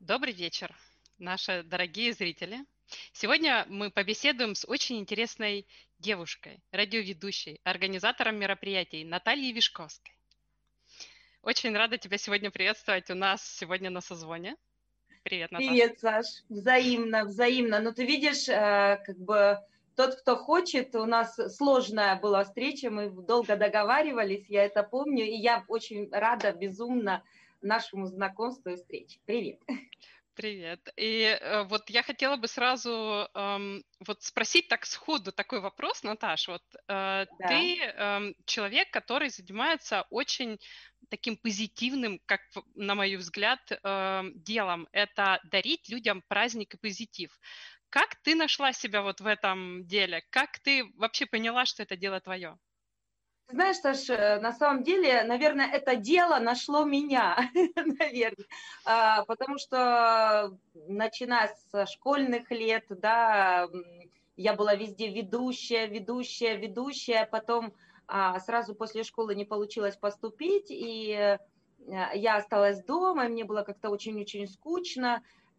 Добрый вечер, наши дорогие зрители. Сегодня мы побеседуем с очень интересной девушкой, радиоведущей, организатором мероприятий Натальей Вишковской. Очень рада тебя сегодня приветствовать у нас сегодня на созвоне. Привет, Наташа. Привет, Саш. Взаимно, взаимно. Но ты видишь, как бы тот, кто хочет, у нас сложная была встреча, мы долго договаривались, я это помню, и я очень рада безумно нашему знакомству и встрече. Привет. Привет. И вот я хотела бы сразу вот спросить так сходу такой вопрос, Наташ. Вот Да. ты человек, который занимается очень таким позитивным, как на мой взгляд, делом. Это дарить людям праздник и позитив. Как ты нашла себя вот в этом деле? Как ты вообще поняла, что это дело твое? Ты знаешь, Саш, на самом деле, наверное, это дело нашло меня, наверное, потому что начиная со школьных лет, да, я была везде ведущая, ведущая, ведущая, потом сразу после школы не получилось поступить, и я осталась дома, и мне было как-то очень-очень скучно.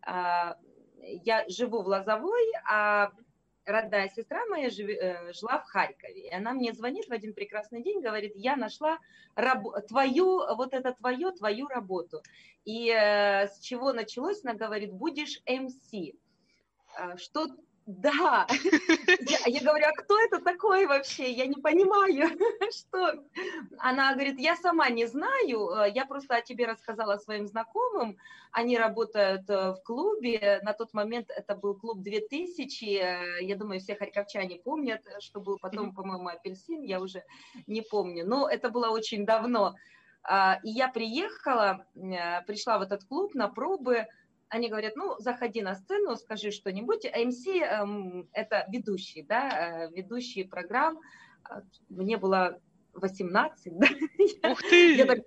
Я живу в Лозовой, а родная сестра моя жила в Харькове. И она мне звонит в один прекрасный день, говорит, я нашла твою, вот это твою работу. И с чего началось, она говорит, будешь МС. Что да, я говорю, а кто это такой вообще? Я не понимаю, что. Она говорит, я сама не знаю, я просто о тебе рассказала своим знакомым, они работают в клубе, на тот момент это был клуб 2000, я думаю, все харьковчане помнят, что был потом, по-моему, Апельсин, я уже не помню, но это было очень давно. И я приехала, пришла в этот клуб на пробы. Они говорят, ну, заходи на сцену, скажи что-нибудь. МС это ведущий, да, ведущий программ. Мне было 18, да. Ух Я так, ты!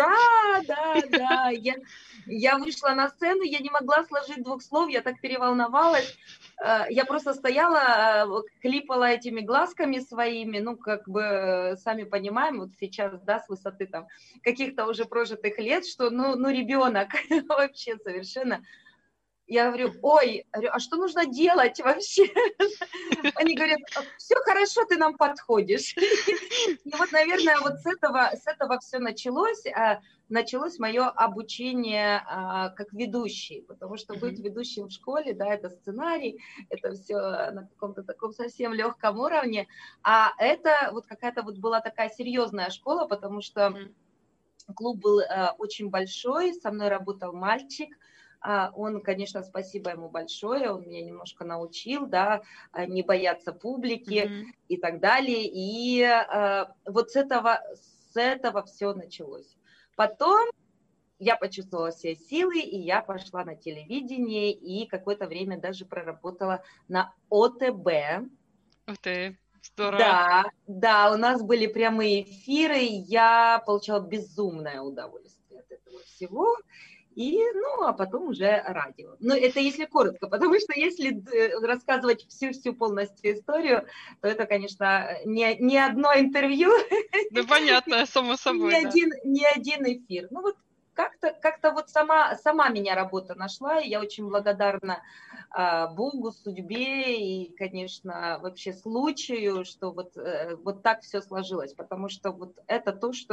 да. Я вышла на сцену, я не могла сложить двух слов, я так переволновалась. Я просто стояла, клипала этими глазками своими, ну, как бы, сами понимаем, вот сейчас, да, с высоты там каких-то уже прожитых лет, что, ну ребенок вообще совершенно. Я говорю, ой, а что нужно делать вообще? Они говорят, все хорошо, ты нам подходишь. И вот, наверное, вот с этого все началось. Началось мое обучение как ведущей, потому что быть ведущим в школе, да, это сценарий, это все на каком-то таком совсем легком уровне. А это вот какая-то вот была такая серьезная школа, потому что клуб был очень большой, со мной работал мальчик. Он, конечно, спасибо ему большое, он меня немножко научил, да, не бояться публики и так далее. И вот с этого все началось. Потом я почувствовала все силы, и я пошла на телевидение, и какое-то время даже проработала на ОТБ. Ух ты, здорово. Да, у нас были прямые эфиры, я получала безумное удовольствие от этого всего. И, ну, а потом уже радио. Но это если коротко, потому что если рассказывать всю полностью историю, то это, конечно, не одно интервью, Ну, понятно, само собой, да. не один эфир. Ну, вот как-то вот сама меня работа нашла, и я очень благодарна Богу, судьбе и, конечно, вообще случаю, что вот так все сложилось, потому что вот это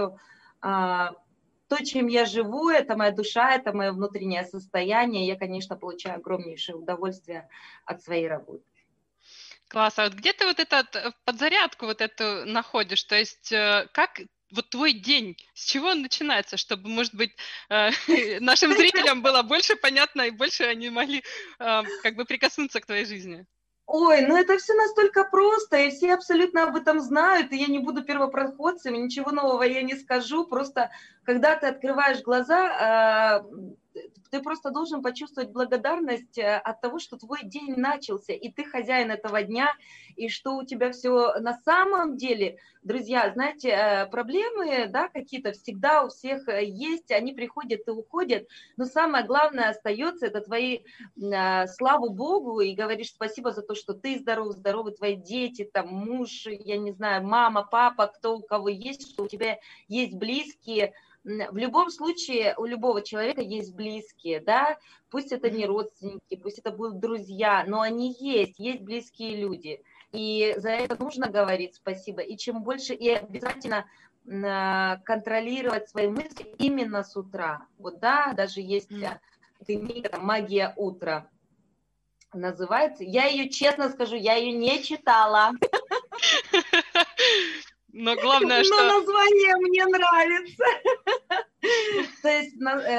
то, чем я живу, это моя душа, это мое внутреннее состояние. Я, конечно, получаю огромнейшее удовольствие от своей работы. Класс. А вот где ты вот подзарядку вот эту находишь? То есть как вот твой день, с чего он начинается, чтобы, может быть, нашим зрителям было больше понятно и больше они могли как бы прикоснуться к твоей жизни? Ой, ну это все настолько просто, и все абсолютно об этом знают, и я не буду первопроходцем, ничего нового я не скажу, просто когда ты открываешь глаза, ты просто должен почувствовать благодарность от того, что твой день начался, и ты хозяин этого дня, и что у тебя все на самом деле, друзья, знаете, проблемы, да, какие-то всегда у всех есть, они приходят и уходят, но самое главное остается, это твои, славу Богу, и говоришь спасибо за то, что ты здоров, здоровы твои дети, там, муж, я не знаю, мама, папа, кто у кого есть, что у тебя есть близкие, в любом случае у любого человека есть близкие, да, пусть это не родственники, пусть это будут друзья, но они есть близкие люди. И за это нужно говорить спасибо. И чем больше, и обязательно контролировать свои мысли именно с утра. Вот да, даже есть книга «Магия утра» называется. Я ее, честно скажу, я ее не читала. Но главное, но что... название мне нравится. То есть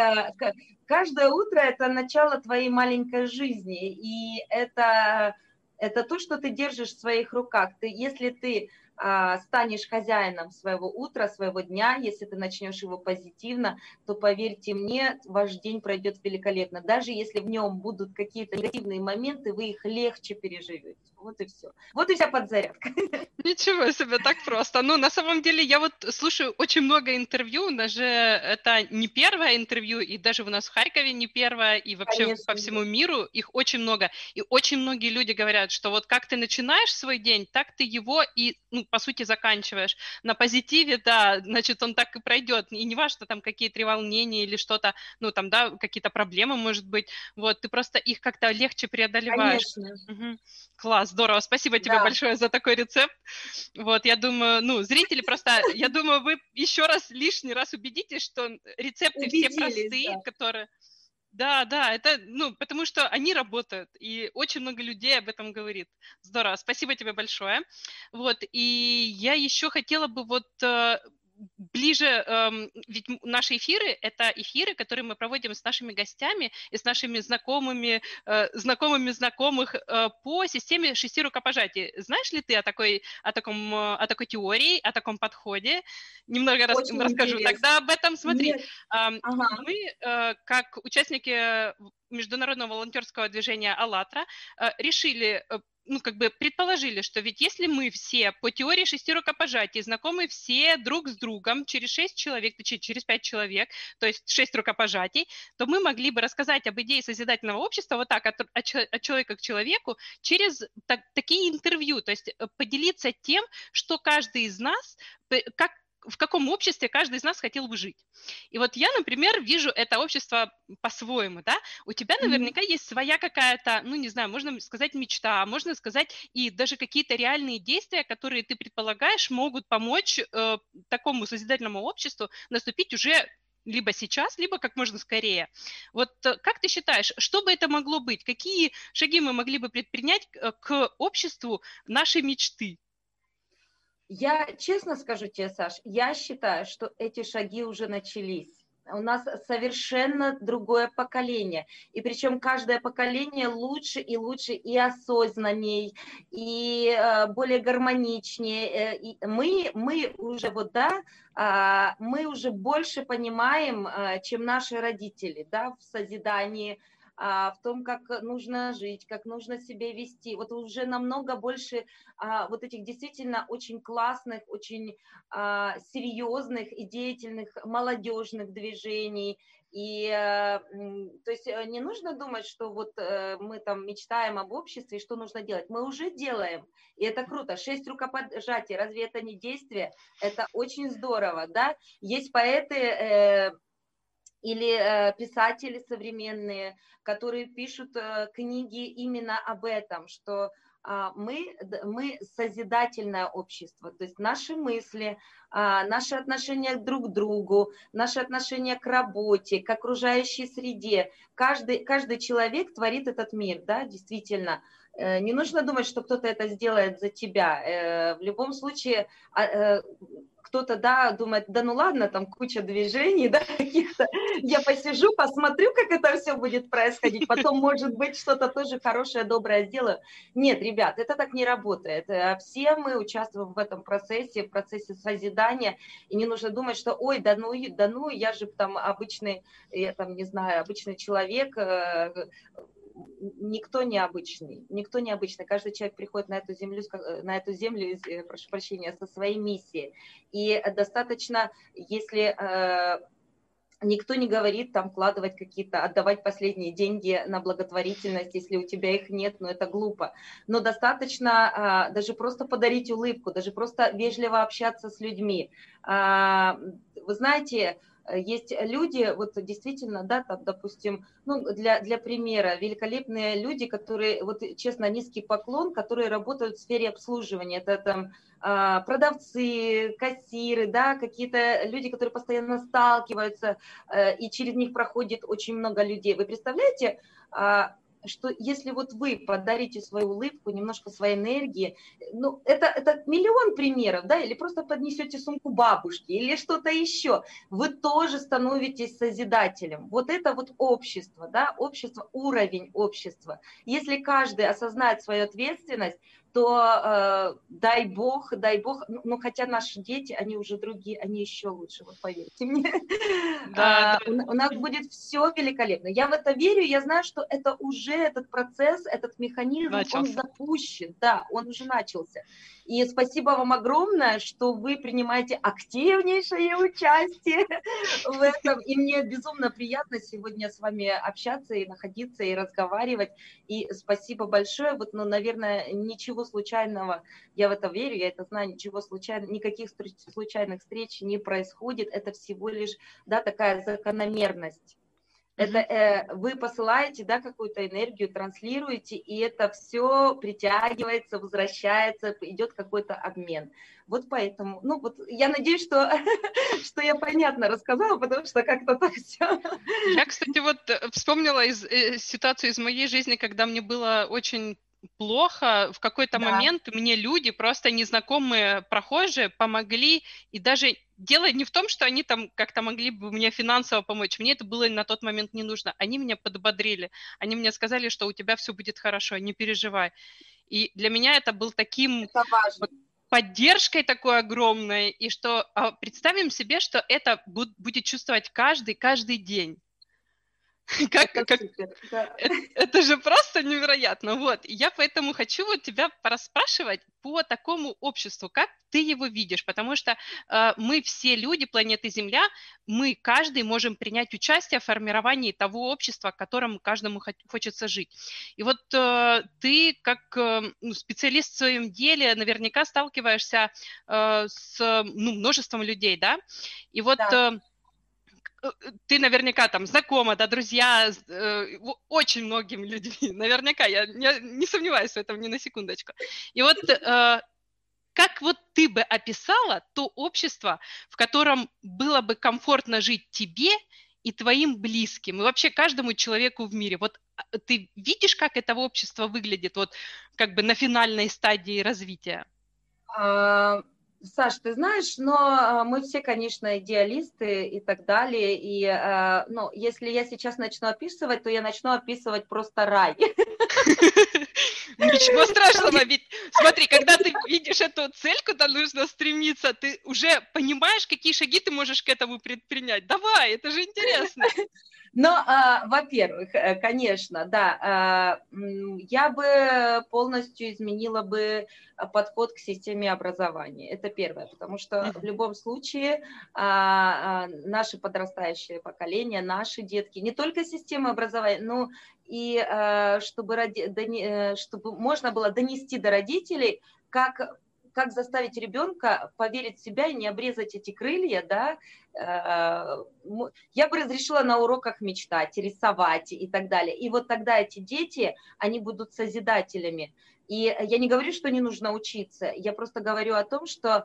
каждое утро это начало твоей маленькой жизни, и это то, что ты держишь в своих руках. Если ты станешь хозяином своего утра, своего дня, если ты начнешь его позитивно, то, поверьте мне, ваш день пройдет великолепно. Даже если в нем будут какие-то негативные моменты, вы их легче переживете. Вот и все. Вот и вся подзарядка. Ничего себе, так просто. Ну, на самом деле, я вот слушаю очень много интервью, даже это не первое интервью, и даже у нас в Харькове не первое, и вообще Конечно, по всему миру их очень много. И очень многие люди говорят, что вот как ты начинаешь свой день, так ты его и, ну, по сути, заканчиваешь. На позитиве, да, значит, он так и пройдет. И не важно, там, какие треволнения или что-то, ну, там, да, какие-то проблемы, может быть, вот, ты просто их как-то легче преодолеваешь. конечно. Угу. Класс, здорово, спасибо тебе большое за такой рецепт. Вот, я думаю, ну, зрители просто, я думаю, вы еще раз, лишний раз убедитесь, что рецепты все простые, да. которые... Да, это, ну, потому что они работают, и очень много людей об этом говорит. Здорово, спасибо тебе большое. Вот, и я еще хотела бы вот ближе, ведь наши эфиры – это эфиры, которые мы проводим с нашими гостями и с нашими знакомыми, знакомыми знакомых по системе 6 рукопожатий. Знаешь ли ты о такой теории, о таком подходе? Немного расскажу. Интересно. Тогда об этом смотри. Нет. Ага. Мы, как участники международного волонтерского движения «АЛЛАТРА», решили, ну, как бы предположили, что ведь если мы все по теории 6 рукопожатий знакомы все друг с другом через 6 человек, через 5 человек, то есть 6 рукопожатий, то мы могли бы рассказать об идее созидательного общества вот так, от человека к человеку, через такие интервью, то есть поделиться тем, что каждый из нас, в каком обществе каждый из нас хотел бы жить. И вот я, например, вижу это общество по-своему, да? У тебя наверняка есть своя какая-то, ну, не знаю, можно сказать мечта, можно сказать и даже какие-то реальные действия, которые ты предполагаешь могут помочь такому созидательному обществу наступить уже либо сейчас, либо как можно скорее. Вот как ты считаешь, что бы это могло быть? Какие шаги мы могли бы предпринять к обществу нашей мечты? Я честно скажу тебе, Саш, я считаю, что эти шаги уже начались. У нас совершенно другое поколение. И причем каждое поколение лучше и лучше, и осознанней, и более гармоничнее. И мы уже вот, да, мы уже больше понимаем, чем наши родители, да, в созидании, в том, как нужно жить, как нужно себя вести. Вот уже намного больше вот этих действительно очень классных, очень серьезных и деятельных молодежных движений. И то есть не нужно думать, что вот мы там мечтаем об обществе, и что нужно делать. Мы уже делаем, и это круто. 6 рукопожатий, разве это не действие? Это очень здорово, да? Есть поэты или писатели современные, которые пишут книги именно об этом, что мы созидательное общество, то есть наши мысли, наши отношения друг к другу, наши отношения к работе, к окружающей среде. Каждый человек творит этот мир, да, действительно. Не нужно думать, что кто-то это сделает за тебя. В любом случае, кто-то, да, думает, да ну ладно, там куча движений, да, каких-то. Я посижу, посмотрю, как это все будет происходить, потом, может быть, что-то тоже хорошее, доброе сделаю. Нет, ребят, это так не работает. Все мы участвуем в этом процессе, в процессе созидания, и не нужно думать, что, ой, да ну, я же там обычный, я там, не знаю, обычный человек. Никто не обычный. Каждый человек приходит на эту землю, прошу прощения, со своей миссией. И достаточно, если никто не говорит там вкладывать какие-то, отдавать последние деньги на благотворительность, если у тебя их нет, но это глупо. Но достаточно даже просто подарить улыбку, даже просто вежливо общаться с людьми. Вы знаете, Есть люди, вот действительно, да, там, допустим, ну, для примера, великолепные люди, которые, вот честно, низкий поклон, которые работают в сфере обслуживания. Это там продавцы, кассиры, да, какие-то люди, которые постоянно сталкиваются, и через них проходит очень много людей. Вы представляете, что если вот вы подарите свою улыбку, немножко своей энергии, ну, это миллион примеров, да, или просто поднесете сумку бабушки, или что-то еще, вы тоже становитесь созидателем. Вот это вот общество, да, общество, уровень общества. Если каждый осознает свою ответственность, то дай бог, ну, хотя наши дети, они уже другие, они еще лучше, вот поверьте мне. Да, да. У нас будет все великолепно. Я в это верю, я знаю, что это уже этот процесс, этот механизм, он Начался. запущен, да, он уже начался. И спасибо вам огромное, что вы принимаете активнейшее участие в этом. И мне безумно приятно сегодня с вами общаться и находиться, и разговаривать. И спасибо большое. Вот, ну, наверное, ничего случайного, я в это верю, я это знаю, ничего случайного, никаких случайных встреч не происходит. Это всего лишь, да, такая закономерность. Это вы посылаете, да, какую-то энергию, транслируете, и это все притягивается, возвращается, идет какой-то обмен. Вот поэтому, ну вот я надеюсь, что я понятно рассказала, потому что как-то так все. Я, кстати, вот вспомнила ситуацию из моей жизни, когда мне было очень плохо. В какой-то момент мне люди, просто незнакомые прохожие, помогли. И даже дело не в том, что они там как-то могли бы мне финансово помочь. Мне это было на тот момент не нужно. Они меня подбодрили. Они мне сказали, что у тебя все будет хорошо, не переживай. И для меня это был таким... Это важно. Поддержкой такой огромной, и что представим себе, что это будет чувствовать каждый день. Это же просто невероятно. Вот. И я поэтому хочу вот тебя пораспрашивать по такому обществу, как ты его видишь, потому что мы все люди планеты Земля, мы каждый можем принять участие в формировании того общества, в котором каждому хочется жить. И вот ты как специалист в своем деле наверняка сталкиваешься с множеством людей, да? И вот... Да. Ты наверняка там знакома, да, друзья, очень многими людьми, наверняка, я не сомневаюсь в этом ни на секундочку. И вот как вот ты бы описала то общество, в котором было бы комфортно жить тебе и твоим близким, и вообще каждому человеку в мире? Вот ты видишь, как это общество выглядит вот как бы на финальной стадии развития? Саш, ты знаешь, но мы все, конечно, идеалисты и так далее. И ну, если я сейчас начну описывать, то я начну описывать просто рай. Ничего страшного, ведь смотри, когда ты видишь эту цель, куда нужно стремиться, ты уже понимаешь, какие шаги ты можешь к этому предпринять. Давай, это же интересно. Но, во-первых, конечно, да, я бы полностью изменила бы подход к системе образования. Это первое, потому что в любом случае наше подрастающее поколение, наши детки, не только система образования, но и чтобы можно было донести до родителей, как заставить ребенка поверить в себя и не обрезать эти крылья, да, я бы разрешила на уроках мечтать, рисовать и так далее. И вот тогда эти дети, они будут созидателями. И я не говорю, что не нужно учиться, я просто говорю о том, что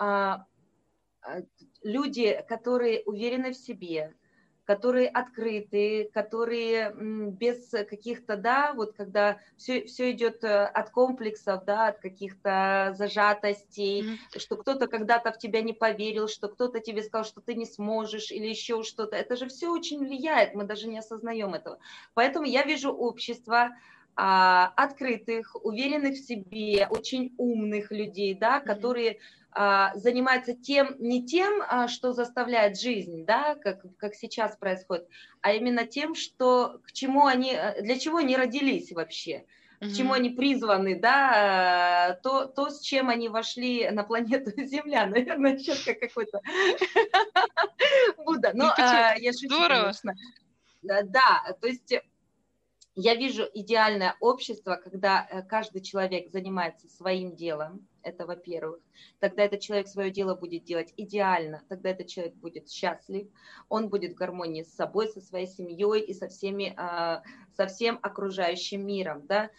люди, которые уверены в себе, которые открыты, которые без каких-то, да, вот когда все идет от комплексов, да, от каких-то зажатостей, что кто-то когда-то в тебя не поверил, что кто-то тебе сказал, что ты не сможешь или еще что-то. Это же все очень влияет, мы даже не осознаем этого. Поэтому я вижу общество открытых, уверенных в себе, очень умных людей, да, которые занимаются не тем, что заставляет жизнь, да, как сейчас происходит, а именно тем, для чего они родились вообще, к чему они призваны, да, то, с чем они вошли на планету Земля, наверное, сейчас как какой-то Будда, но я шучу, конечно. Да, то есть Я вижу идеальное общество, когда каждый человек занимается своим делом, это во-первых. Тогда этот человек свое дело будет делать идеально, тогда этот человек будет счастлив, он будет в гармонии с собой, со своей семьей и со всем окружающим миром. Да?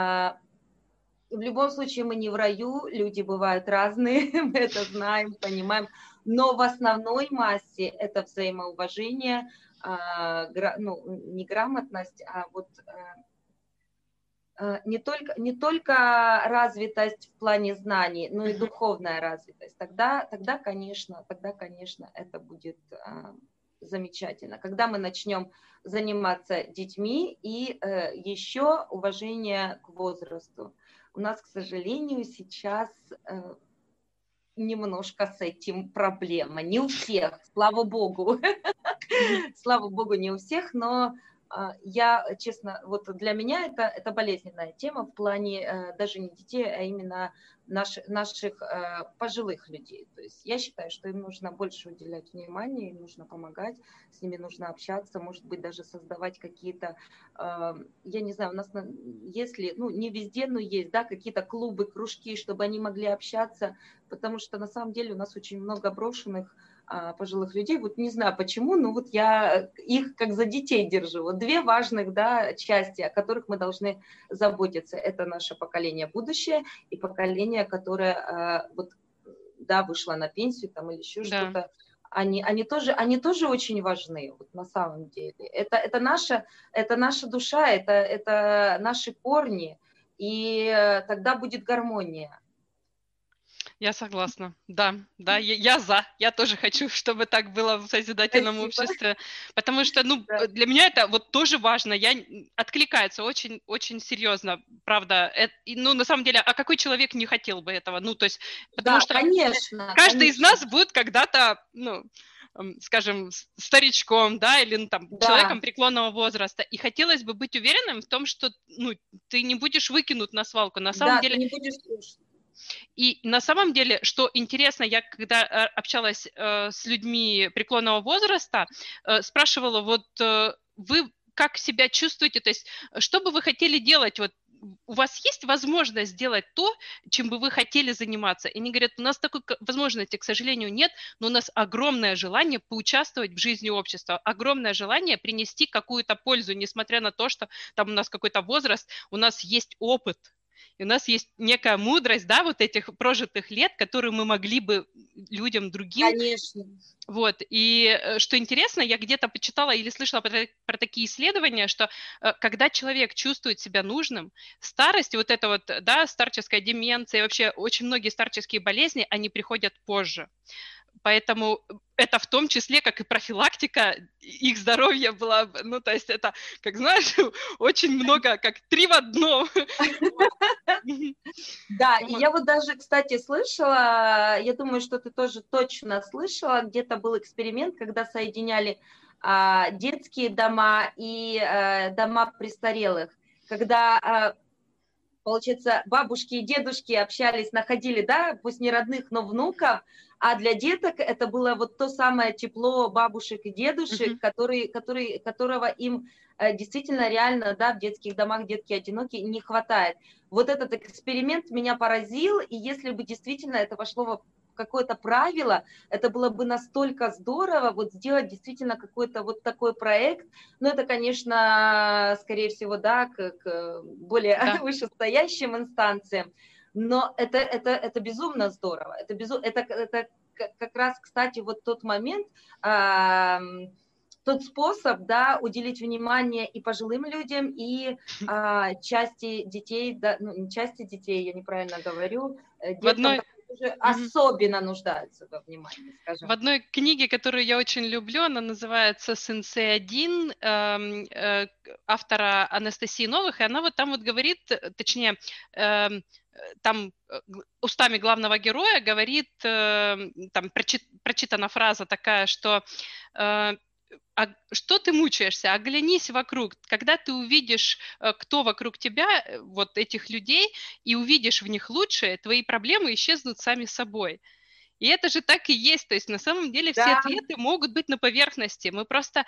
В любом случае мы не в раю, люди бывают разные, мы это знаем, понимаем, но в основной массе это взаимоуважение, не грамотность, а вот не только развитость в плане знаний, но и духовная развитость. Тогда, конечно, это будет замечательно. Когда мы начнем заниматься детьми и еще уважение к возрасту. У нас, к сожалению, сейчас немножко с этим проблема. Не у всех, слава богу. Слава богу, не у всех, но я, честно, вот для меня это болезненная тема в плане даже не детей, а именно наших пожилых людей. То есть я считаю, что им нужно больше уделять внимания, им нужно помогать, с ними нужно общаться, может быть, даже создавать какие-то, я не знаю, у нас, если, не везде, но есть, да, какие-то клубы, кружки, чтобы они могли общаться, потому что на самом деле у нас очень много брошенных пожилых людей, вот не знаю почему, но вот я их как за детей держу. Вот две важных, да, части, о которых мы должны заботиться. Это наше поколение будущее и поколение, которое вот, да, вышло на пенсию там или еще что-то. Они тоже очень важны, вот, на самом деле. Это наша душа, это наши корни, и тогда будет гармония. Я согласна, да, я за, я тоже хочу, чтобы так было в созидательном обществе, потому что, для меня это вот тоже важно, откликается очень, очень серьезно, правда, на самом деле, а какой человек не хотел бы этого, то есть, потому что конечно, каждый из нас будет когда-то, скажем, старичком, да, или человеком преклонного возраста, и хотелось бы быть уверенным в том, что, ты не будешь выкинут на свалку, на самом деле. Ты не будешь слушать. И на самом деле, что интересно, я когда общалась с людьми преклонного возраста, спрашивала, вот вы как себя чувствуете, то есть что бы вы хотели делать, вот у вас есть возможность сделать то, чем бы вы хотели заниматься? И они говорят, у нас такой возможности, к сожалению, нет, но у нас огромное желание поучаствовать в жизни общества, огромное желание принести какую-то пользу, несмотря на то, что там у нас какой-то возраст, у нас есть опыт. И у нас есть некая мудрость, да, вот этих прожитых лет, которые мы могли бы людям другим. Конечно. Вот, и что интересно, я где-то почитала или слышала про такие исследования, что когда человек чувствует себя нужным, старость, вот это вот, да, старческая деменция, вообще очень многие старческие болезни, они приходят позже. Поэтому это в том числе, как и профилактика, их здоровья была, то есть это, как знаешь, очень много, как 3 в одном. Да, и я вот даже, кстати, слышала, я думаю, что ты тоже точно слышала, где-то был эксперимент, когда соединяли детские дома и дома престарелых, когда, получается, бабушки и дедушки общались, находили, да, пусть не родных, но внуков, а для деток это было вот то самое тепло бабушек и дедушек, которого им действительно реально, да, в детских домах детки одинокие не хватает. Вот этот эксперимент меня поразил, и если бы действительно это вошло в какое-то правило, это было бы настолько здорово, вот сделать действительно какой-то вот такой проект, но это, конечно, скорее всего, да, к более вышестоящим инстанциям, но это безумно здорово, это как раз, кстати, вот тот момент, тот способ, да, уделить внимание и пожилым людям, и части детей, да, не части детей, я неправильно говорю, деткам, которые особенно нуждаются во внимании, скажем. В одной книге, которую я очень люблю, она называется «Сенсей-1», автора Анастасии Новых, и она вот там вот говорит, точнее, там устами главного героя говорит, там прочитана фраза такая, что что ты мучаешься? Оглянись вокруг. Когда ты увидишь, кто вокруг тебя, вот этих людей, и увидишь в них лучшее, твои проблемы исчезнут сами собой. И это же так и есть. То есть на самом деле все Да, ответы могут быть на поверхности. Мы просто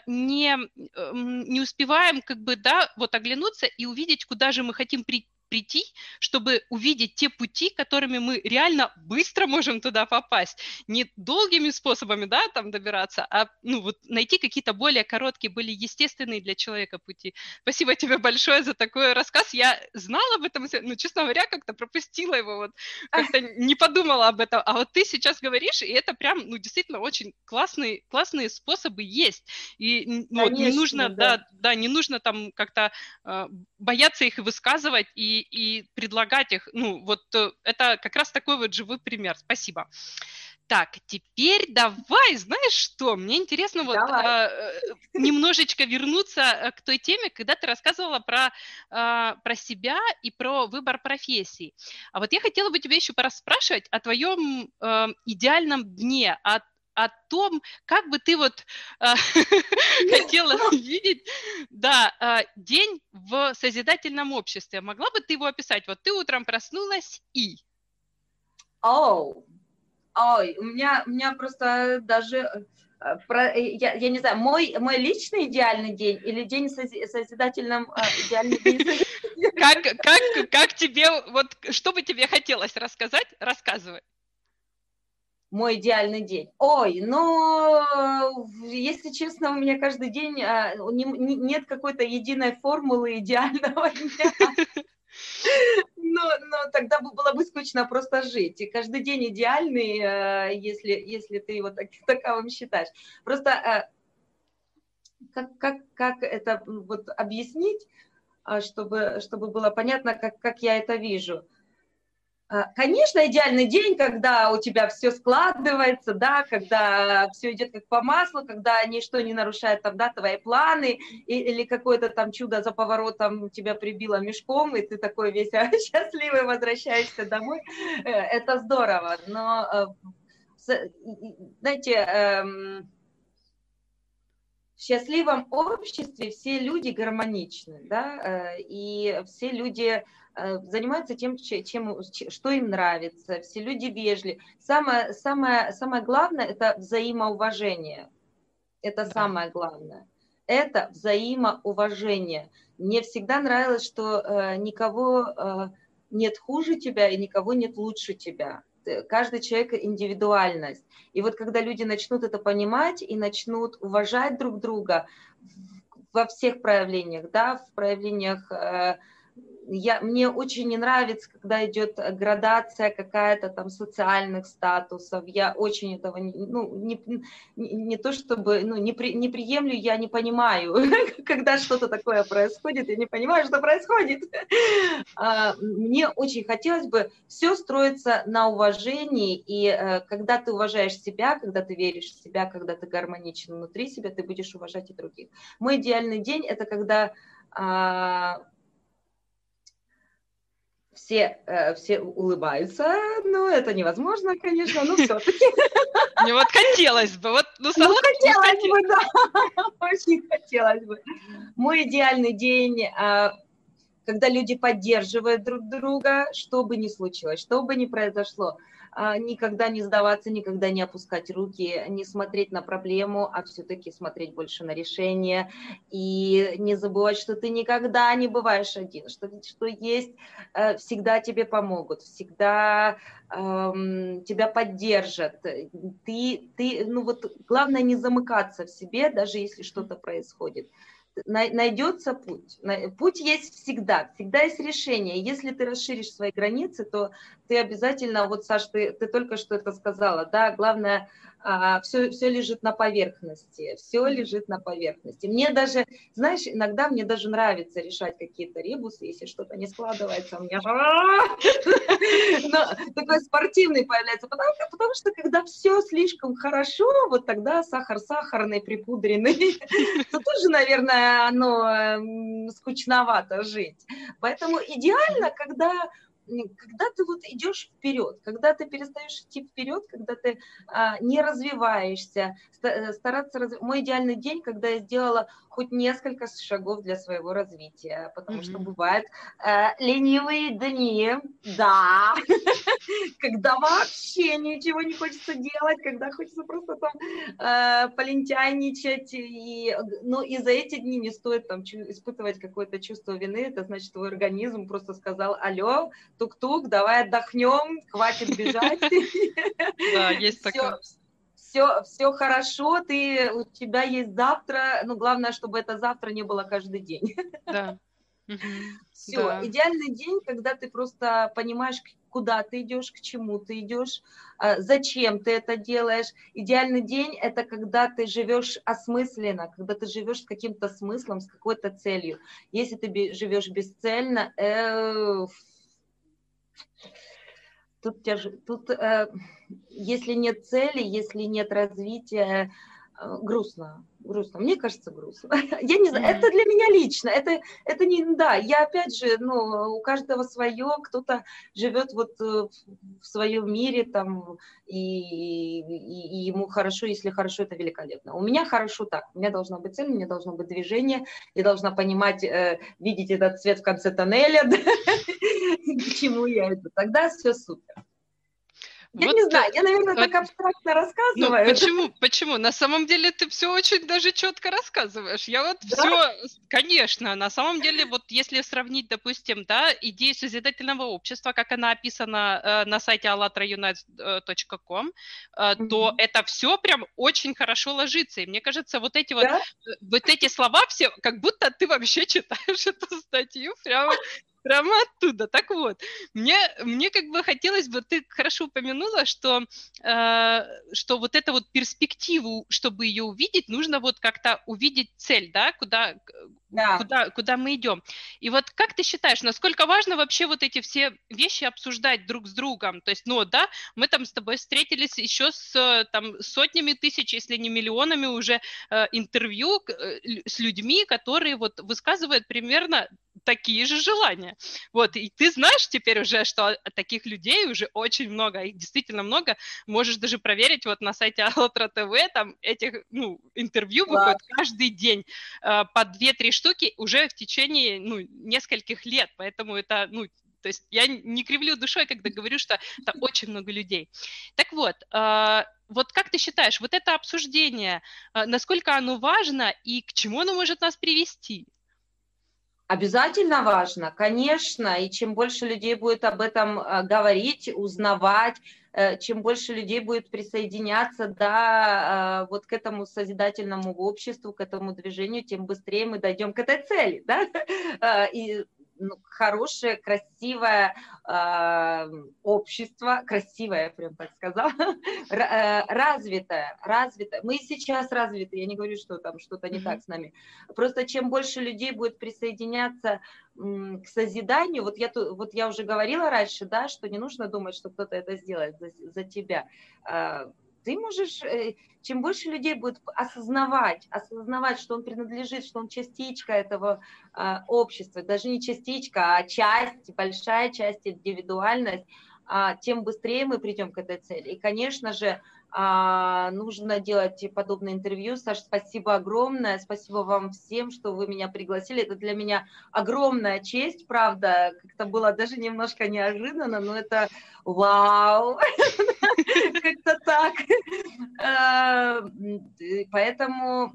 не успеваем как бы, да, вот оглянуться и увидеть, куда же мы хотим прийти, чтобы увидеть те пути, которыми мы реально быстро можем туда попасть. Не долгими способами, да, там добираться, а ну, вот найти какие-то более короткие, более естественные для человека пути. Спасибо тебе большое за такой рассказ. Я знала об этом, но, честно говоря, как-то пропустила его, вот как-то не подумала об этом. А вот ты сейчас говоришь, и это прям, ну, действительно очень классные способы есть. И ну, вот не нужно, конечно, да. да, не нужно там как-то бояться их высказывать и предлагать их. Ну, вот это как раз такой вот живой пример. Спасибо. Так, теперь давай, знаешь что, мне интересно вот Давай. немножечко вернуться к той теме, когда ты рассказывала про себя и про выбор профессии. А вот я хотела бы тебя еще пораспрашивать о твоем идеальном дне, о том, как бы ты вот хотела видеть, да, день в созидательном обществе. Могла бы ты его описать? Вот ты утром проснулась и... Оу, ой, у меня просто даже, я не знаю, мой личный идеальный день или день созидательном, идеальный день Как, как тебе, вот что бы тебе хотелось рассказать, рассказывай. мой идеальный день. Ой, ну, если честно, у меня каждый день нет какой-то единой формулы идеального дня. Но тогда было бы скучно просто жить. И каждый день идеальный, если ты его таковым считаешь. Просто как это вот объяснить, чтобы было понятно, как я это вижу. Конечно, идеальный день, когда у тебя все складывается, да, когда все идет как по маслу, когда ничто не нарушает там, да, твои планы, или какое-то там чудо за поворотом тебя прибило мешком, и ты такой весь счастливый возвращаешься домой. Это здорово, но, знаете, в счастливом обществе все люди гармоничны, да, и все люди занимаются тем, что им нравится, все люди вежливы. Самое главное – это взаимоуважение. Это Да. самое главное. Это взаимоуважение. Мне всегда нравилось, что никого нет хуже тебя и никого нет лучше тебя. Каждый человек индивидуальность. И вот когда люди начнут это понимать и начнут уважать друг друга во всех проявлениях, да, в проявлениях мне очень не нравится, когда идет градация какая-то там социальных статусов. Я очень этого не то чтобы не приемлю, я не понимаю, когда что-то такое происходит, я не понимаю, что происходит. Мне очень хотелось бы все строиться на уважении, и когда ты уважаешь себя, когда ты веришь в себя, когда ты гармоничен внутри себя, ты будешь уважать и других. Мой идеальный день – это когда все улыбаются, но это невозможно, конечно, но все-таки. Мне вот хотелось бы, вот, ну, Ну, согласна, хотелось бы, да, очень хотелось бы. Мой идеальный день, когда люди поддерживают друг друга, что бы ни случилось, что бы ни произошло, никогда не сдаваться, никогда не опускать руки, не смотреть на проблему, а все-таки смотреть больше на решение. И не забывать, что ты никогда не бываешь один, что есть, всегда тебе помогут, всегда тебя поддержат. Ну вот, главное не замыкаться в себе, даже если что-то происходит. Найдется путь. Путь есть всегда, всегда есть решение. Если ты расширишь свои границы, то ты обязательно, вот, Саш, ты только что это сказала, да, главное, все лежит на поверхности, все лежит на поверхности. Мне даже, знаешь, иногда мне даже нравится решать какие-то ребусы, если что-то не складывается, у меня такой спортивный появляется, потому что когда все слишком хорошо, вот тогда сахар сахарный, припудренный, то тоже, наверное, оно скучновато жить. Поэтому идеально, когда ты вот идешь вперед, когда ты перестаешь идти вперед, когда ты не развиваешься, стараться Мой идеальный день, когда я сделала хоть несколько шагов для своего развития, потому что Мгм. бывают ленивые дни, да, когда вообще ничего не хочется делать, когда хочется просто там полентяйничать, но и за эти дни не стоит там испытывать какое-то чувство вины, это значит, твой организм просто сказал: алло, тук-тук, давай отдохнем, хватит бежать, Да, есть все, такое. все хорошо, у тебя есть завтра, но главное, чтобы это завтра не было каждый день. Да. Мгм. Все, Да. идеальный день, когда ты просто понимаешь, куда ты идешь, к чему ты идешь, зачем ты это делаешь. Идеальный день – это когда ты живешь осмысленно, когда ты живешь с каким-то смыслом, с какой-то целью. Если ты живешь бесцельно, если нет цели, если нет развития, грустно, грустно. Мне кажется, грустно. Я не знаю, Мгм. это для меня лично. Это не, да, я опять же, у каждого свое, кто-то живет вот в своем мире там, и ему хорошо, если хорошо, это великолепно. У меня хорошо так, у меня должна быть цель, у меня должно быть движение, я должна понимать, видеть этот свет в конце тоннеля, к чему я иду. Тогда все супер. Я Вот, не знаю, я, наверное, вот, так абстрактно ну, рассказываю. почему? На самом деле ты все очень даже четко рассказываешь. Я вот Да? все, конечно, на самом деле, вот если сравнить, допустим, да, идею созидательного общества, как она описана на сайте allatraunites.com, то Мгм. это все прям очень хорошо ложится. И мне кажется, Да? вот эти слова все, как будто ты вообще читаешь эту статью прямо оттуда. Так вот, мне как бы хотелось бы, ты хорошо упомянула, что вот эту вот перспективу, чтобы ее увидеть, нужно вот как-то увидеть цель, да, Да. куда мы идем. И вот как ты считаешь, насколько важно вообще вот эти все вещи обсуждать друг с другом? То есть, ну, да, мы там с тобой встретились еще с там сотнями тысяч, если не миллионами уже интервью с людьми, которые вот высказывают примерно такие же желания. Вот, и ты знаешь теперь уже, что таких людей уже очень много, их действительно много. Можешь даже проверить вот на сайте АЛЛАТРА ТВ, там этих, ну, интервью выходит Класс. каждый день по 2-3 штуки уже в течение, ну, нескольких лет, поэтому это, ну, то есть я не кривлю душой, когда говорю, что это очень много людей. Так вот, вот как ты считаешь, вот это обсуждение, насколько оно важно и к чему оно может нас привести? Обязательно важно, конечно, и чем больше людей будет об этом говорить, узнавать, чем больше людей будет присоединяться, да, вот к этому созидательному обществу, к этому движению, тем быстрее мы дойдем к этой цели, да, и хорошее, красивое общество, красивое, я прям так сказала, развитое, развитое. Мы сейчас развиты, я не говорю, что там что-то не так Мгм. с нами. Просто чем больше людей будет присоединяться к созиданию, вот я уже говорила раньше, да, что не нужно думать, что кто-то это сделает за тебя. Ты можешь, чем больше людей будет осознавать, что он принадлежит, что он частичка этого общества, даже не частичка, а часть, большая часть, индивидуальность, тем быстрее мы придем к этой цели. И, конечно же, нужно делать подобные интервью. Саш, спасибо огромное, спасибо вам всем, что вы меня пригласили. Это для меня огромная честь, правда, как-то было даже немножко неожиданно, но это вау, как-то так. Поэтому,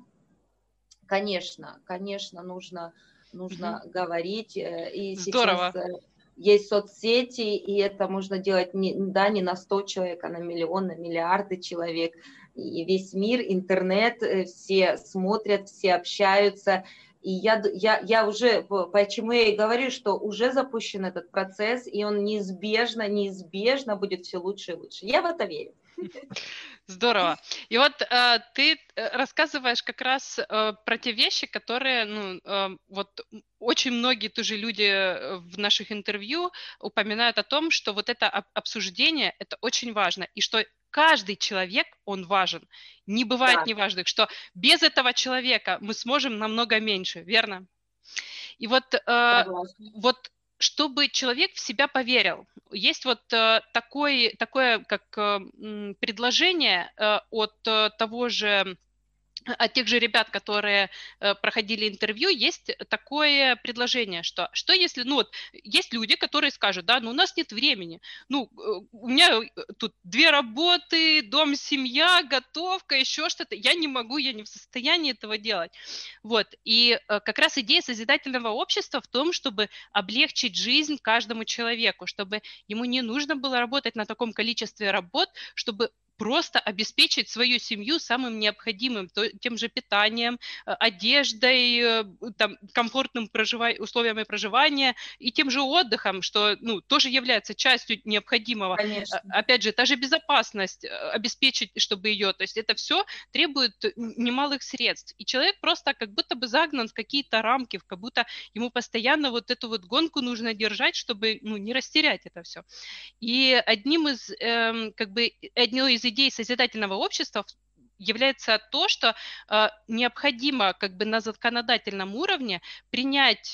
конечно, нужно Мгм. говорить. И сейчас Здорово. есть соцсети, и это можно делать не на 100 человек, а на миллион, на миллиарды человек. И весь мир, интернет, все смотрят, все общаются. И я уже, почему я и говорю, что уже запущен этот процесс, и он неизбежно будет все лучше и лучше. Я в это верю. Здорово. И вот ты рассказываешь как раз про те вещи, которые, ну, вот очень многие тоже люди в наших интервью упоминают о том, что вот это обсуждение, это очень важно, и что каждый человек, он важен. Не бывает Да, неважных, что без этого человека мы сможем намного меньше, верно? И согласна. вот чтобы человек в себя поверил. Есть вот такое как предложение от того же от тех же ребят, которые проходили интервью, есть такое предложение, что если, ну вот, есть люди, которые скажут, да, ну у нас нет времени, ну у меня тут 2 работы, дом, семья, готовка, еще что-то, я не могу, я не в состоянии этого делать. Вот, и как раз идея созидательного общества в том, чтобы облегчить жизнь каждому человеку, чтобы ему не нужно было работать на таком количестве работ, чтобы просто обеспечить свою семью самым необходимым, тем же питанием, одеждой, там, комфортным условиями проживания и тем же отдыхом, что ну, тоже является частью необходимого. Конечно. Опять же, та же безопасность обеспечить, чтобы ее, то есть это все требует немалых средств. И человек просто как будто бы загнан в какие-то рамки, как будто ему постоянно вот эту вот гонку нужно держать, чтобы ну, не растерять это все. И одной из идей созидательного общества является то, что необходимо как бы на законодательном уровне принять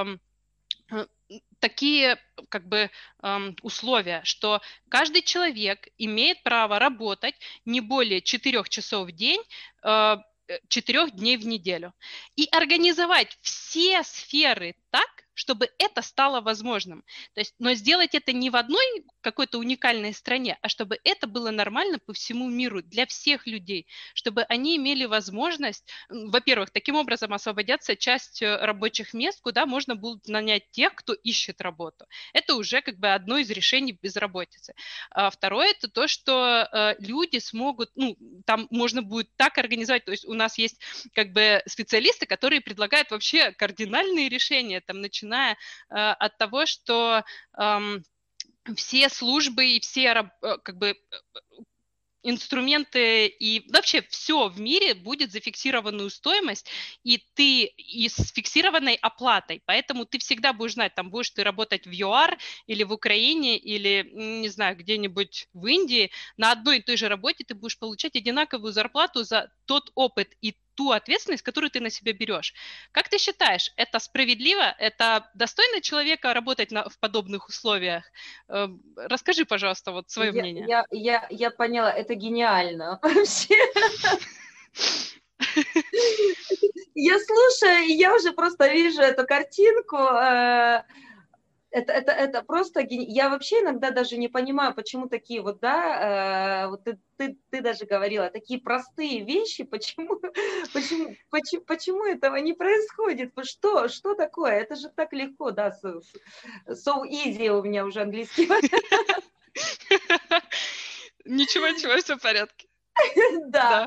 такие как бы условия, что каждый человек имеет право работать не более 4 часов в день, 4 дней в неделю. И организовать все сферы так, чтобы это стало возможным. То есть, но сделать это не в одной какой-то уникальной стране, а чтобы это было нормально по всему миру для всех людей, чтобы они имели возможность, во-первых, таким образом освободятся часть рабочих мест, куда можно будет нанять тех, кто ищет работу. Это уже как бы одно из решений безработицы. А второе – это то, что люди смогут, ну, там можно будет так организовать, то есть у нас есть как бы специалисты, которые предлагают вообще кардинальные решения, там, начиная от того, что все службы и все как бы инструменты и вообще все в мире будет за фиксированную стоимость, и с фиксированной оплатой. Поэтому ты всегда будешь знать, там будешь ты работать в ЮАР или в Украине, или, не знаю, где-нибудь в Индии, на одной и той же работе ты будешь получать одинаковую зарплату за тот опыт и ту ответственность, которую ты на себя берешь. Как ты считаешь, это справедливо? Это достойно человека работать в подобных условиях? Расскажи, пожалуйста, вот свое мнение. Я поняла, это гениально вообще. Я слушаю, и я уже просто вижу эту картинку. Это просто... Я вообще иногда даже не понимаю, почему такие вот, да, вот ты даже говорила, такие простые вещи, почему этого не происходит? Что такое? Это же так легко, да, so easy у меня уже английский. Ничего, все в порядке. Да.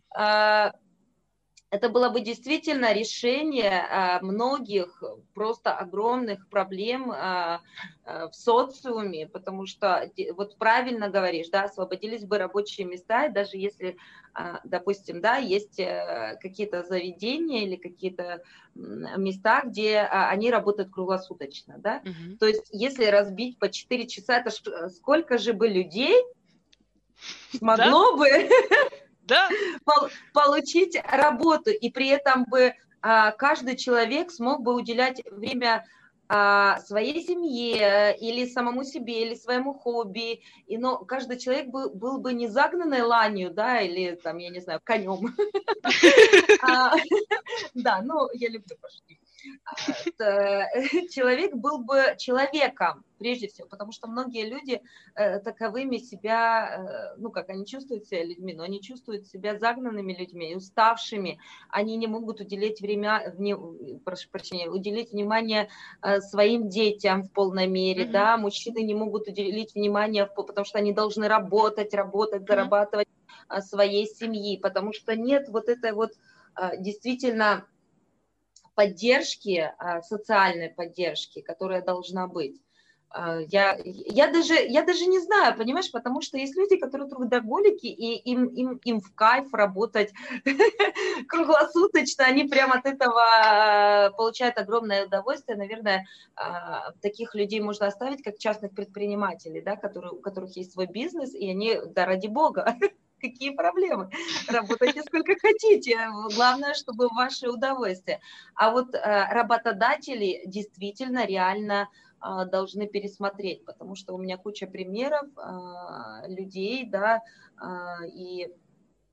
Это было бы действительно решение многих просто огромных проблем в социуме, потому что, вот правильно говоришь, да, освободились бы рабочие места, и даже если, допустим, да, есть какие-то заведения или какие-то места, где они работают круглосуточно, да, то есть если разбить по 4 часа, это сколько же бы людей смогло бы... Да. получить работу, и при этом бы каждый человек смог бы уделять время своей семье или самому себе, или своему хобби, но каждый человек был бы не загнанной ланью, да, или там, я не знаю, конем. Да, ну, я люблю пошутить. Человек был бы человеком, прежде всего, потому что многие люди таковыми себя, ну, как они чувствуют себя людьми, но они чувствуют себя загнанными людьми, уставшими, они не могут уделить уделить внимание своим детям в полной мере, да, мужчины не могут уделить внимание, потому что они должны работать, зарабатывать своей семьи, потому что нет вот этой вот действительно поддержки, социальной поддержки, которая должна быть. Я даже не знаю, понимаешь, потому что есть люди, которые трудоголики, и им в кайф работать круглосуточно, они прямо от этого получают огромное удовольствие. Наверное, таких людей можно оставить как частных предпринимателей, да, у которых есть свой бизнес, и они, да ради бога, какие проблемы? Работайте сколько хотите. Главное, чтобы ваше удовольствие. А вот работодатели действительно реально должны пересмотреть, потому что у меня куча примеров людей, да, и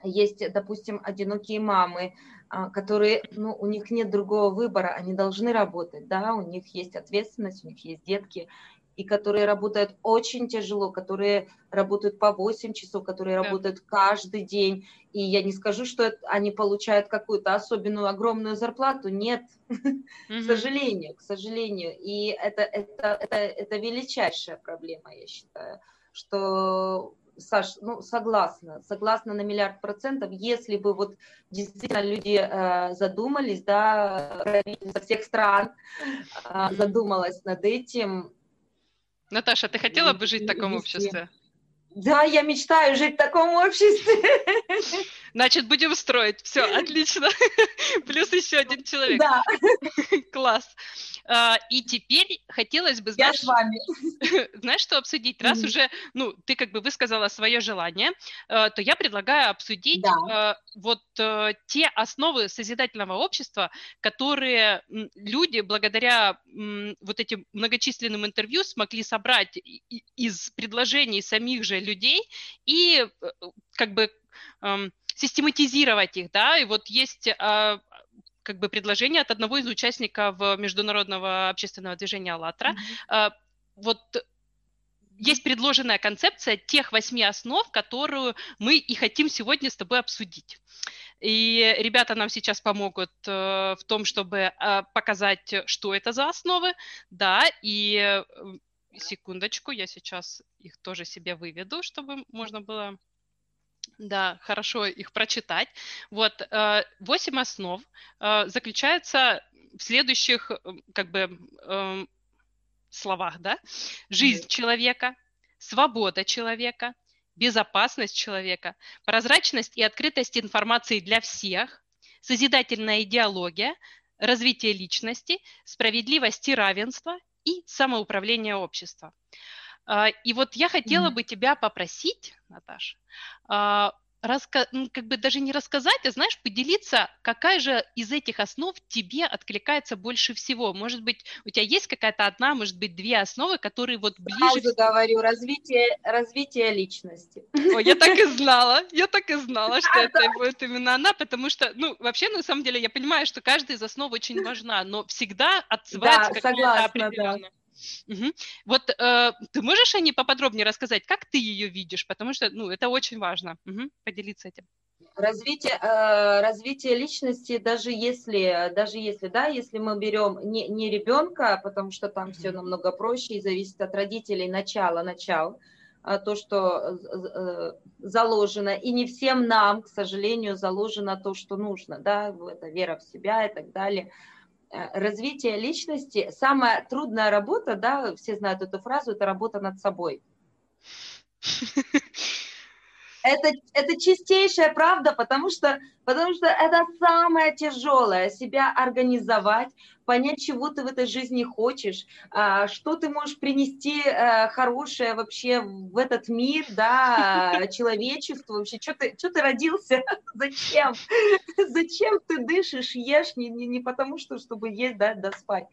есть, допустим, одинокие мамы, которые, ну, у них нет другого выбора, они должны работать, да, у них есть ответственность, у них есть детки, и которые работают очень тяжело, которые работают по 8 часов, которые Да. работают каждый день. И я не скажу, что они получают какую-то особенную огромную зарплату. Нет, к сожалению, к сожалению. И это величайшая проблема, я считаю, что... Саш, ну, согласна на 1,000,000%. Если бы вот действительно люди задумались, да, правительство всех стран задумалось над этим. Наташа, ты хотела бы жить в таком Вести. обществе? Да, я мечтаю жить в таком обществе. Значит, будем строить. Все, отлично. Плюс еще один человек. Да. Класс. И теперь хотелось бы, Я с вами. знаешь, что обсудить? Раз уже, ну, ты как бы высказала свое желание, то я предлагаю обсудить вот те основы созидательного общества, которые люди благодаря вот этим многочисленным интервью смогли собрать из предложений самих же людей и как бы систематизировать их, да, и вот есть как бы предложение от одного из участников международного общественного движения «АЛЛАТРА». Вот есть предложенная концепция тех 8 основ, которую мы и хотим сегодня с тобой обсудить. И ребята нам сейчас помогут в том, чтобы показать, что это за основы, да, и секундочку, я сейчас их тоже себе выведу, чтобы можно было... Да, хорошо их прочитать. Вот 8 основ заключаются в следующих как бы словах, да? Жизнь человека, свобода человека, безопасность человека, прозрачность и открытость информации для всех, созидательная идеология, развитие личности, справедливость и равенство и самоуправление общества. И вот я хотела бы тебя попросить, Наташа, как бы даже не рассказать, а, знаешь, поделиться, какая же из этих основ тебе откликается больше всего. Может быть, у тебя есть какая-то одна, может быть, 2 основы, которые вот ближе... Сразу говорю, развитие личности. Ой, я так и знала, что это будет именно она, потому что, ну, вообще, на самом деле, я понимаю, что каждая из основ очень важна, но всегда отзывается какая-то определенная. Угу. Вот ты можешь, Ане, поподробнее рассказать, как ты ее видишь, потому что, ну, это очень важно. Угу. Поделиться этим. Развитие личности, даже если, да, если мы берем не ребенка, потому что там все намного проще и зависит от родителей, начал, то, что заложено, и не всем нам, к сожалению, заложено то, что нужно, да, это вера в себя и так далее. Развитие личности, самая трудная работа, да, все знают эту фразу, это работа над собой. Это чистейшая правда, потому что это самое тяжелое, себя организовать, понять, чего ты в этой жизни хочешь, что ты можешь принести хорошее вообще в этот мир, да, человечеству, вообще, что ты родился, зачем ты дышишь, ешь, не потому что, чтобы есть, да спать.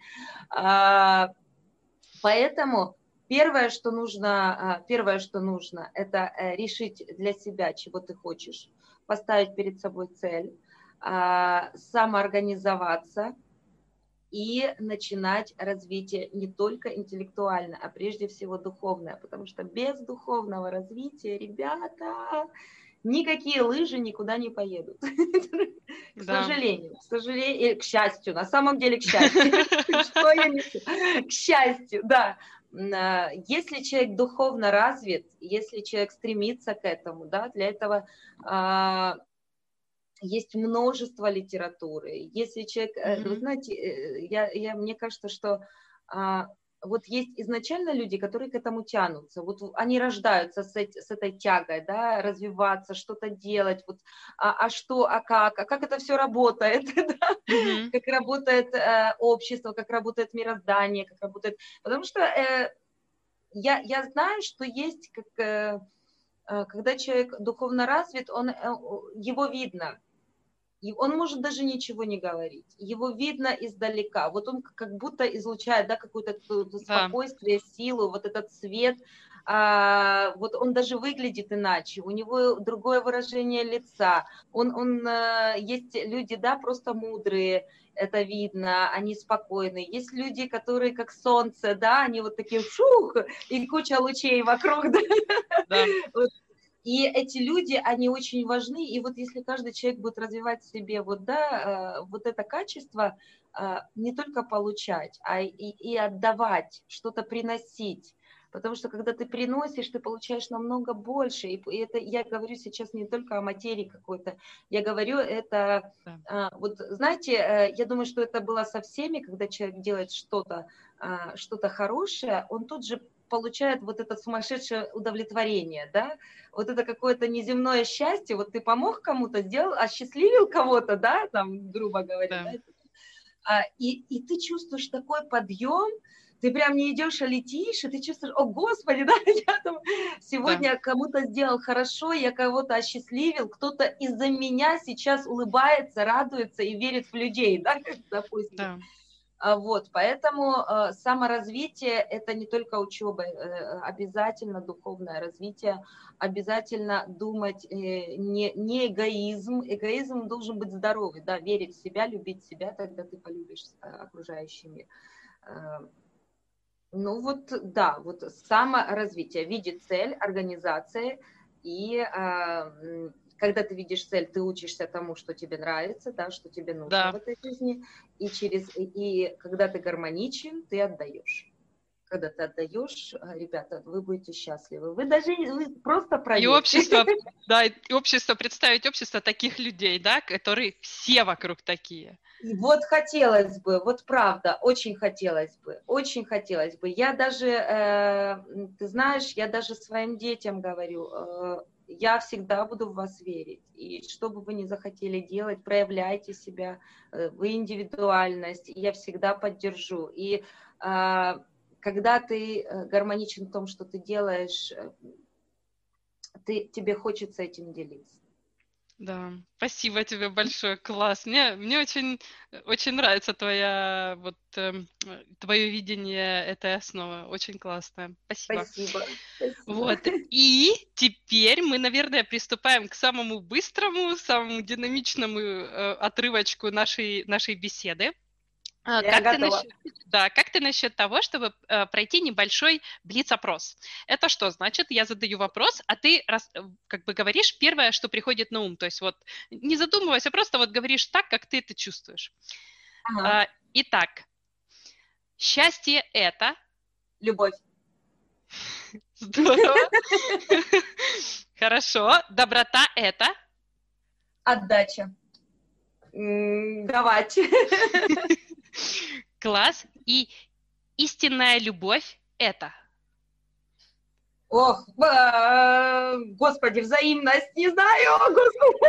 Поэтому первое, что нужно, это решить для себя, чего ты хочешь, поставить перед собой цель, самоорганизоваться и начинать развитие не только интеллектуально, а прежде всего духовное, потому что без духовного развития, ребята, никакие лыжи никуда не поедут. К сожалению, к счастью, на самом деле к счастью. Что я несу? К счастью, да. Если человек духовно развит, если человек стремится к этому, да, для этого есть множество литературы. Если человек, вы знаете, мне кажется, что вот есть изначально люди, которые к этому тянутся, вот они рождаются с этой тягой, да, развиваться, что-то делать, вот, как это все работает, да? Как работает общество, как работает мироздание, как работает, потому что я знаю, что есть, когда человек духовно развит, его видно. И он может даже ничего не говорить. Его видно издалека. Вот он как будто излучает, да, какое-то Да, спокойствие, силу, вот этот свет. Вот он даже выглядит иначе. У него другое выражение лица. Есть люди, да, просто мудрые, это видно, они спокойные. Есть люди, которые как солнце, да, они вот такие шух, и куча лучей вокруг, да. да, И эти люди, они очень важны, и вот если каждый человек будет развивать в себе вот, да, вот это качество, не только получать, а и отдавать, что-то приносить. Потому что когда ты приносишь, ты получаешь намного больше. И это я говорю сейчас не только о материи какой-то, я говорю это, да, вот знаете, я думаю, что это было со всеми, когда человек делает что-то хорошее, он тут же получает вот это сумасшедшее удовлетворение, да, вот это какое-то неземное счастье, вот ты помог кому-то, сделал, осчастливил кого-то, да, там, грубо говоря, да, да, и ты чувствуешь такой подъем, ты прям не идешь, а летишь, и ты чувствуешь, о, Господи, да, я там да, сегодня кому-то сделал хорошо, я кого-то осчастливил, кто-то из-за меня сейчас улыбается, радуется и верит в людей, да, допустим. да. Вот, поэтому саморазвитие – это не только учеба, обязательно духовное развитие, обязательно думать, не эгоизм. Эгоизм должен быть здоровый, да, верить в себя, любить себя, тогда ты полюбишь окружающий мир. Ну вот, да, вот саморазвитие, видеть цель, организация, и когда ты видишь цель, ты учишься тому, что тебе нравится, да, что тебе нужно в Да. этой жизни, и когда ты гармоничен, ты отдаешь. Когда ты отдаешь, ребята, вы будете счастливы. Вы просто И проверьте. общество, да, и общество, представить общество таких людей, да, которые все вокруг такие. И вот хотелось бы, вот правда, очень хотелось бы. Я даже, ты знаешь, я даже своим детям говорю, я всегда буду в вас верить. И что бы вы ни захотели делать, проявляйте себя, вы индивидуальность, и я всегда поддержу. И когда ты гармоничен в том, что ты делаешь, тебе хочется этим делиться. Да, спасибо тебе большое, класс. Мне очень, очень нравится твое видение этой основы. Очень классно. Спасибо. Спасибо, спасибо. Вот. И теперь мы, наверное, приступаем к самому быстрому, самому динамичному отрывочку нашей беседы. Я готова. Как ты насчет того, чтобы пройти небольшой блиц-опрос? Это что значит? Я задаю вопрос, а ты как бы говоришь первое, что приходит на ум. То есть вот не задумываясь, а просто вот говоришь так, как ты это чувствуешь. Ага. Итак, счастье – это… Любовь. Здорово. Хорошо. Доброта – это… Отдача. Давать. Класс. И истинная любовь – это… Ох, Господи, взаимность, не знаю, Господи.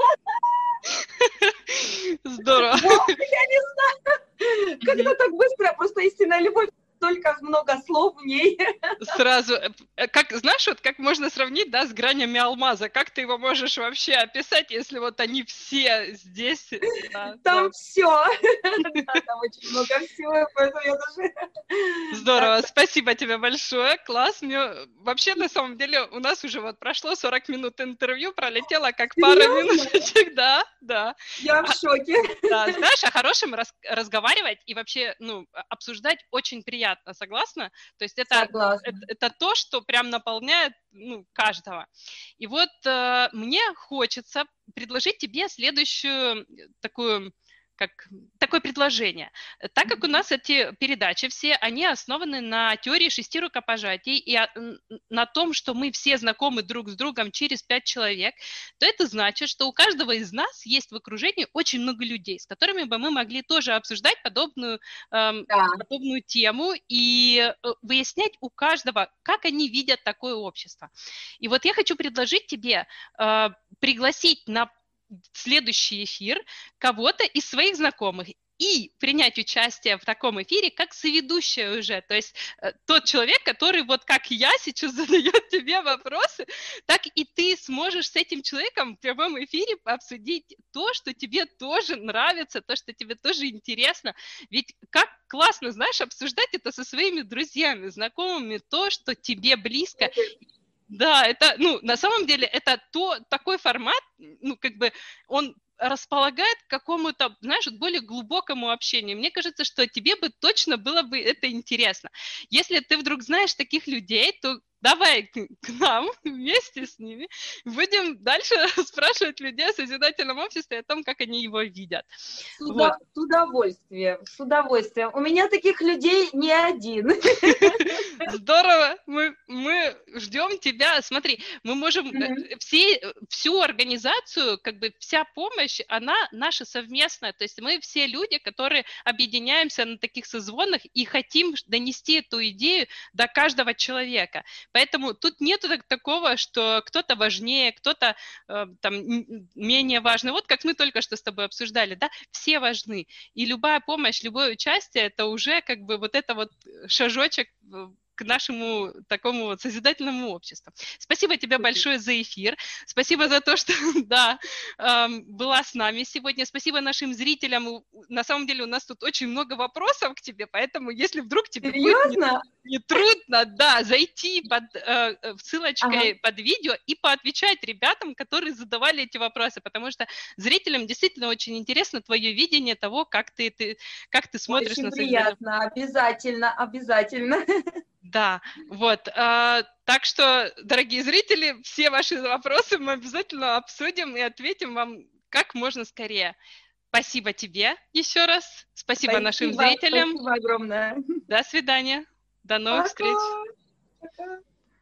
Здорово. Я не знаю, как это так быстро, просто истинная любовь, столько много слов в ней. Сразу, как, знаешь, вот как можно сравнить, да, с гранями алмаза, как ты его можешь вообще описать, если вот они все здесь, да, Там да. все, да, там очень много всего, поэтому я даже… Здорово, спасибо тебе большое, класс. Мне вообще, на самом деле, у нас уже вот прошло 40 минут интервью, пролетело как пара минуточек, да, да. Я в шоке. Да, знаешь, о хорошем разговаривать и вообще, ну, обсуждать очень приятно, согласна? То есть Согласна. это то, что прям наполняет, ну, каждого. И вот мне хочется предложить тебе следующую такое предложение. Так как у нас эти передачи все, они основаны на теории 6 рукопожатий и на том, что мы все знакомы друг с другом через 5 человек, то это значит, что у каждого из нас есть в окружении очень много людей, с которыми бы мы могли тоже обсуждать подобную тему и выяснять у каждого, как они видят такое общество. И вот я хочу предложить тебе пригласить на следующий эфир кого-то из своих знакомых и принять участие в таком эфире как соведущая уже, то есть тот человек, который вот как я сейчас задает тебе вопросы, так и ты сможешь с этим человеком в прямом эфире обсудить то, что тебе тоже нравится, то, что тебе тоже интересно. Ведь как классно, знаешь, обсуждать это со своими друзьями, знакомыми, то, что тебе близко. Да, это, ну, на самом деле, это такой формат, ну, как бы, он располагает к какому-то, знаешь, более глубокому общению. Мне кажется, что тебе бы точно было бы это интересно. Если ты вдруг знаешь таких людей, то давай к нам вместе с ними будем дальше спрашивать людей о созидательном обществе, о том, как они его видят. С удовольствием, с удовольствием. У меня таких людей не один. Здорово, мы ждем тебя. Смотри, мы можем всю организацию, как бы вся помощь, она наша совместная. То есть мы все люди, которые объединяемся на таких созвонах и хотим донести эту идею до каждого человека. Поэтому тут нету такого, что кто-то важнее, кто-то там менее важный. Вот как мы только что с тобой обсуждали, да, все важны. И любая помощь, любое участие, это уже как бы вот это вот шажочек к нашему такому вот созидательному обществу. Спасибо тебе большое за эфир. Спасибо за то, что да, была с нами сегодня. Спасибо нашим зрителям. На самом деле у нас тут очень много вопросов к тебе, поэтому если вдруг тебе будет не трудно, да, зайти под ссылочкой под видео и поотвечать ребятам, которые задавали эти вопросы, потому что зрителям действительно очень интересно твое видение того, как ты смотришь очень на созидательное. Приятно, обязательно, обязательно. Да, вот. Так что, дорогие зрители, все ваши вопросы мы обязательно обсудим и ответим вам как можно скорее. Спасибо тебе еще раз. Спасибо нашим зрителям. Спасибо огромное. До свидания. До новых встреч. Пока.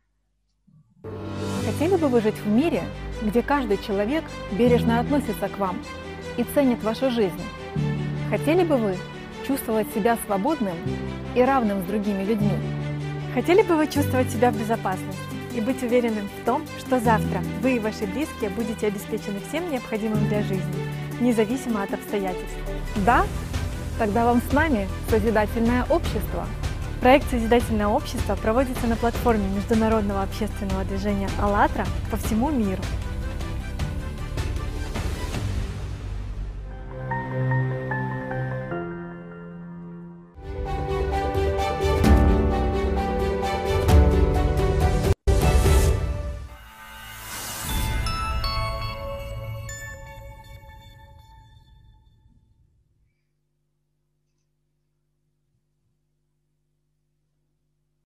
Хотели бы вы жить в мире, где каждый человек бережно относится к вам и ценит вашу жизнь? Хотели бы вы чувствовать себя свободным и равным с другими людьми? Хотели бы вы чувствовать себя в безопасности и быть уверенным в том, что завтра вы и ваши близкие будете обеспечены всем необходимым для жизни, независимо от обстоятельств? Да? Тогда вам с нами Созидательное общество. Проект «Созидательное общество» проводится на платформе международного общественного движения «АЛЛАТРА» по всему миру.